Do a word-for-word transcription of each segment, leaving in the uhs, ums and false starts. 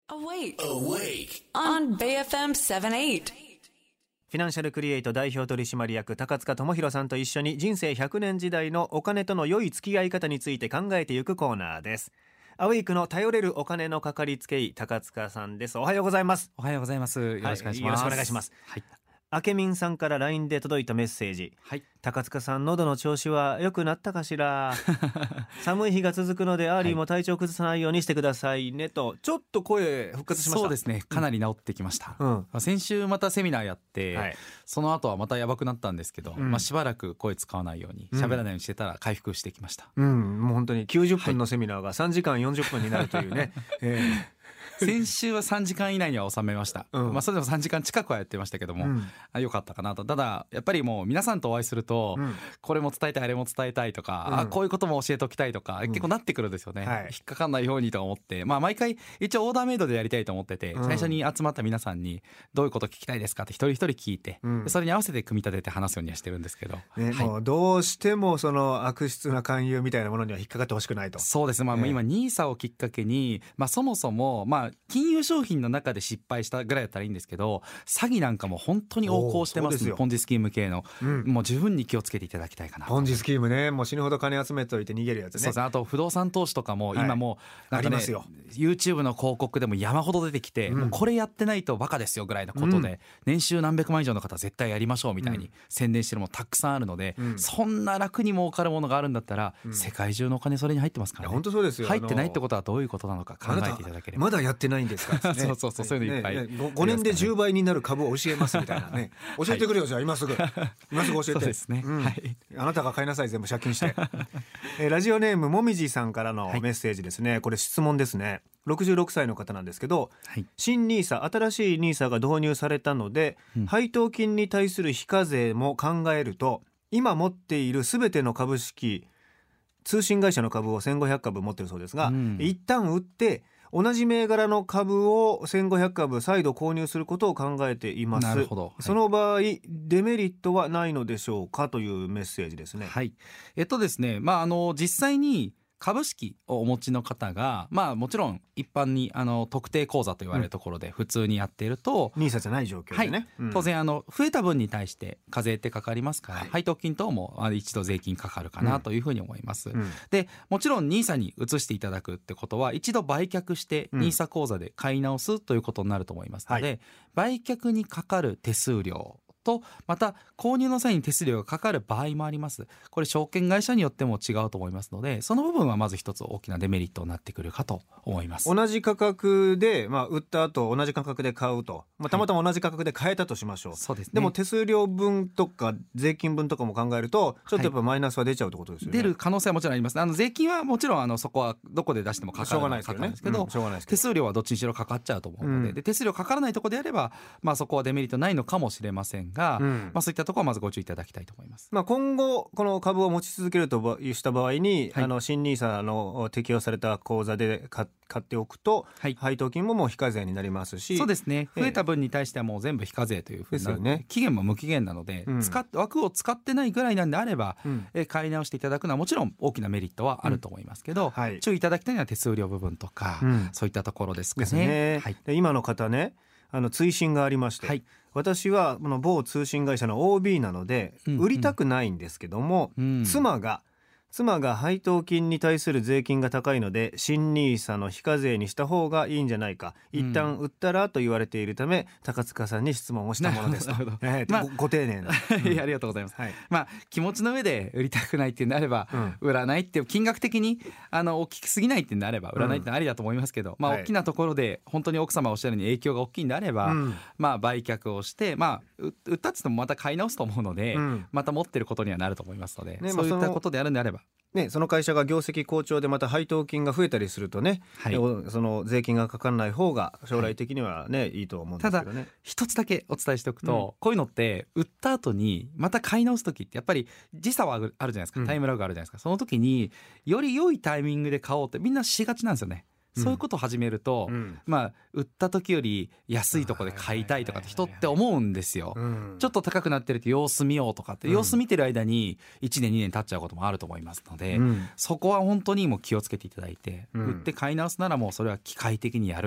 Awake. Awake. On ベイエフエム セブンティーエイト。 フィナンシャルクリエイト代表取締役高塚智博さんと一緒に人生ひゃくねん時代のお金との良い付き合い方について考えていくコーナーです。アウェイクの頼れるお金のかかりつけ医高塚さんです。おはようございます。 おはようございます。よろしくお願いします。 はい、よろしくお願いします。 はい。 あけみんさんから ライン で届いたメッセージ、 はい、 高塚さん喉の調子は良くなったかしら寒い日が続くのでアーリーも体調崩さないようにしてくださいねと、ちょっと声復活しました。 そうですね、かなり治ってきました、 うんまあ、先週またセミナーやって、はい、その後はまたやばくなったんですけど、うんまあ、しばらく声使わないように喋らないようにしてたら回復してきました、 うん、うん、もう本当にきゅうじゅっぷんのセミナーがさんじかんよんじゅっぷんになるというね、えー先週はさんじかん以内には収めました、うんまあ、それでもさんじかん近くはやってましたけども、うん、あよかったかなと。ただやっぱりもう皆さんとお会いすると、うん、これも伝えたいあれも伝えたいとか、うん、あこういうことも教えておきたいとか、うん、結構なってくるんですよね、はい、引っかかんないようにと思って、まあ、毎回一応オーダーメイドでやりたいと思ってて、うん、最初に集まった皆さんにどういうこと聞きたいですかって一人一人聞いて、うん、それに合わせて組み立てて話すようにはしてるんですけど、 ねはい、もうどうしてもその悪質な勧誘みたいなものには引っかかってほしくないと。 そうです、まあ、今 ニーサ をきっかけに、まあ、そもそもまあ金融商品の中で失敗したぐらいだったらいいんですけど、詐欺なんかも本当に横行してますの、ポンジスキーム系の、うん、もう十分に気をつけていただきたいかな。 ポンジスキームね、もう死ぬほど金集めておいて逃げるやつね。 そうですね。あと不動産投資とかも今もうなんか、ね、 ありますよ。 YouTube の広告でも山ほど出てきて、うん、もうこれやってないとバカですよぐらいのことで、うん、年収何百万以上の方は絶対やりましょうみたいに宣伝してるものたくさんあるので、うん、そんな楽に儲かるものがあるんだったら、うん、世界中のお金それに入ってますからね。 本当そうですよ。 入ってないってことはどういうことなのか考えていただければ。 まだやってないんですか、ね、 そうそうそう、そういうのいっぱい、 ねね、ごねんでじゅうばいになる株を教えますみたいなね教えてくれよ、はい、じゃあ今すぐ今すぐ教えて。 そうですね、うんはい、 あなたが買いなさい全部借金してえラジオネームもみじさんからのメッセージですね、はい、これ質問ですね。ろくじゅうろくさいの方なんですけど、はい、新ニーサ新しいニーサが導入されたので、うん、配当金に対する非課税も考えると今持っているすべての株式通信会社の株をせんごひゃくかぶ持ってるそうですが、うん、一旦売って同じ銘柄の株をせんごひゃくかぶ再度購入することを考えています。 なるほど、はい、 その場合デメリットはないのでしょうかというメッセージですね。 はい、えっとですね、まあ、あの実際に株式をお持ちの方が、まあ、もちろん一般にあの特定口座と言われるところで普通にやっていると、 ニーサじゃない状況でね、 はいうん、当然あの増えた分に対して課税ってかかりますから、はい、配当金等も一度税金かかるかなというふうに思います、うん、でもちろんニーサに移していただくってことは一度売却してニーサ口座で買い直すということになると思いますので、はい、売却にかかる手数料とまた購入の際に手数料がかかる場合もあります。これ証券会社によっても違うと思いますので、その部分はまず一つ大きなデメリットになってくるかと思います。 同じ価格で、まあ、売った後同じ価格で買うと、まあ、たまたま同じ価格で買えたとしましょう、はい、そうですね、でも手数料分とか税金分とかも考えるとちょっとやっぱマイナスは出ちゃうってことですよね、 はい、出る可能性はもちろんあります。あの税金はもちろんあのそこはどこで出してもかからないんですけど、手数料はどっちにしろかかっちゃうと思うので、うん、で手数料かからないところであれば、まあ、そこはデメリットないのかもしれませんが、うんまあ、そういったところはまずご注意いただきたいと思います。 まあ、今後この株を持ち続けるとした場合に、はい、あの新ニーサの適用された口座で買っておくと、はい、配当金ももう非課税になりますし、 そうですね、増えた分に対してはもう全部非課税というふうになる、ね、期限も無期限なので、うん、使っ枠を使ってないぐらいなんであれば、うん、え買い直していただくのはもちろん大きなメリットはあると思いますけど、うんはい、注意いただきたいのは手数料部分とか、うん、そういったところですかね。 ですね、はい、で今の方ねあの追伸がありまして、はい、私はこの某通信会社の オービー なので売りたくないんですけども、うんうん、妻が妻が配当金に対する税金が高いので新ニーサの非課税にした方がいいんじゃないか、一旦売ったらと言われているため高塚さんに質問をしたものですと、えーまあ、ご, ご丁寧な、 うん、ありがとうございます、はいまあ、気持ちの上で売りたくないってなれば、うん、売らないって金額的にあの大きすぎないってなれば売らないってありだと思いますけど、うんまあ、大きなところで本当に奥様おっしゃるように影響が大きいんであれば、うんまあ、売却をして、まあ、売ったって言ってもまた買い直すと思うので、うん、また持ってることにはなると思いますので、ね、そういったことであるんであればね、その会社が業績好調でまた配当金が増えたりするとね、はい、その税金がかからない方が将来的にはね、はい、いいと思うんですけどね。 ただ一つだけお伝えしておくと、うん、こういうのって売った後にまた買い直す時ってやっぱり時差はあるじゃないですか、タイムラグがあるじゃないですか、うん、その時により良いタイミングで買おうってみんなしがちなんですよね。そういうことを始めると、うん、まあ売った時より安いところで買いたいとかって人って思うんですよ、うん、ちょっと高くなってると様子見ようとかって、うん、様子見てる間にいちねんにねん経っちゃうこともあると思いますので、うん、そこは本当にもう気をつけていただいて、うん、売って買い直すならもうそれは機械的にやると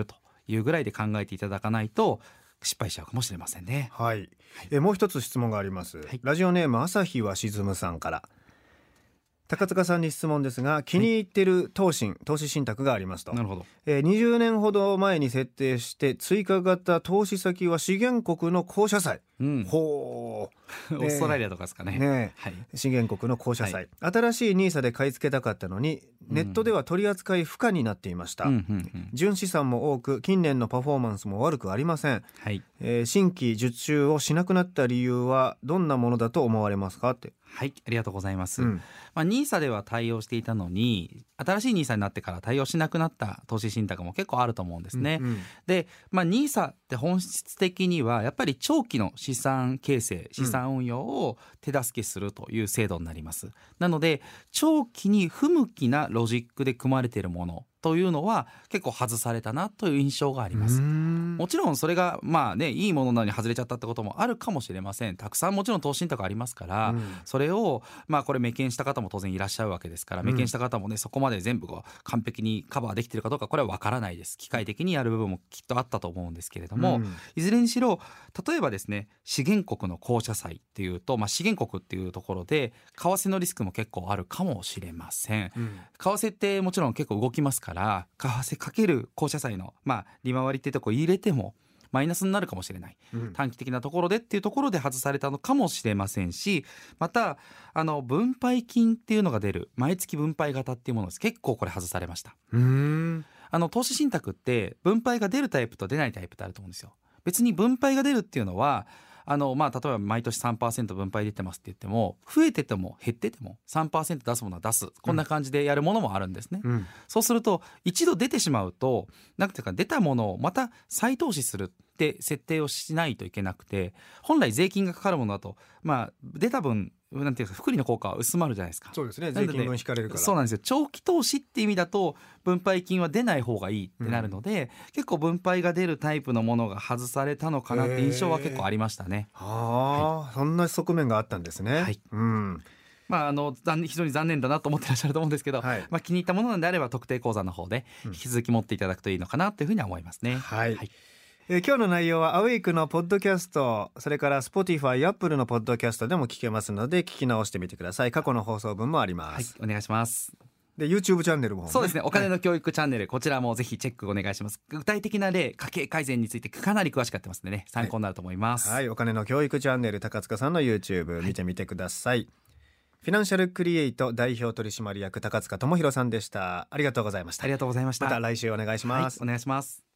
いうぐらいで考えていただかないと失敗しちゃうかもしれませんね。 はい、えもう一つ質問があります、はい、ラジオネーム朝日は沈むさんから。高塚さんに質問ですが、気に入ってる投信、はい、投資信託がありますと。 なるほど。 えー、にじゅうねんほど前に設定して追加型投資先は資源国の公社債、うん、ほうオーストラリアとかですかね。 ね、 はい、 資源国の公社債、はい、新しいニーサで買い付けたかったのにネットでは取り扱い不可になっていました、うんうんうん、純資産も多く近年のパフォーマンスも悪くありません、はい、えー、新規受注をしなくなった理由はどんなものだと思われますかって。 はい、ありがとうございます、うん、まあ、ニーサでは対応していたのに新しいニーサになってから対応しなくなった投資信託も結構あると思うんですね、うんうん、で、まあ、ニーサって本質的にはやっぱり長期の資産形成資産運用を手助けするという制度になります、うん、なので長期に不向きなロジックで組まれているものというのは結構外されたなという印象があります。もちろんそれがまあねいいものなのに外れちゃったってこともあるかもしれません。たくさんもちろん投資信託ありますから、うん、それをまあこれ明見した方も当然いらっしゃるわけですから、明見した方もねそこまで全部完璧にカバーできているかどうかこれは分からないです。機械的にやる部分もきっとあったと思うんですけれども、うん、いずれにしろ例えばですね資源国の公社債っていうと、まあ、資源国っていうところで為替のリスクも結構あるかもしれません、うん、為替ってもちろん結構動きますから為替かける公社債の、まあ、利回りっていうところ入れてもマイナスになるかもしれない、うん、短期的なところでっていうところで外されたのかもしれませんし、またあの分配金っていうのが出る毎月分配型っていうものです。結構これ外されました。うーんあの投資信託って分配が出るタイプと出ないタイプってあると思うんですよ。別に分配が出るっていうのはあのまあ、例えば毎年 さんパーセント 分配出てますって言っても増えてても減ってても さんパーセント 出すものは出すこんな感じでやるものもあるんですね、うん、そうすると一度出てしまうとなんていうか出たものをまた再投資するって設定をしないといけなくて、本来税金がかかるものだと、まあ、出た分なんていうか複利の効果は薄まるじゃないですか。 そうですね、税金分引かれるから。 そうなんですよ。長期投資って意味だと分配金は出ない方がいいってなるので、うん、結構分配が出るタイプのものが外されたのかなって印象は結構ありましたね。 はあ、はい、そんな側面があったんですね。はい、うん、 まあ、あの非常に残念だなと思ってらっしゃると思うんですけど、はい、まあ、気に入ったものなんであれば特定口座の方で引き続き持っていただくといいのかなというふうには思いますね、 うん、はい、はい。えー、今日の内容はアウェイクのポッドキャスト、それから Spotify、Apple のポッドキャストでも聞けますので聞き直してみてください。過去の放送分もあります、 はい、お願いします。 で YouTube チャンネルも、ね、 そうですね、お金の教育チャンネル、はい、こちらもぜひチェックお願いします。具体的な例、家計改善についてかなり詳しくやってますのでね、参考になると思います、 はいはい、お金の教育チャンネル高塚さんの YouTube 見てみてください、はい。フィナンシャルクリエイト代表取締役高塚智博さんでした。ありがとうございました。 ありがとうございました。 また来週お願いします、 はい、お願いします。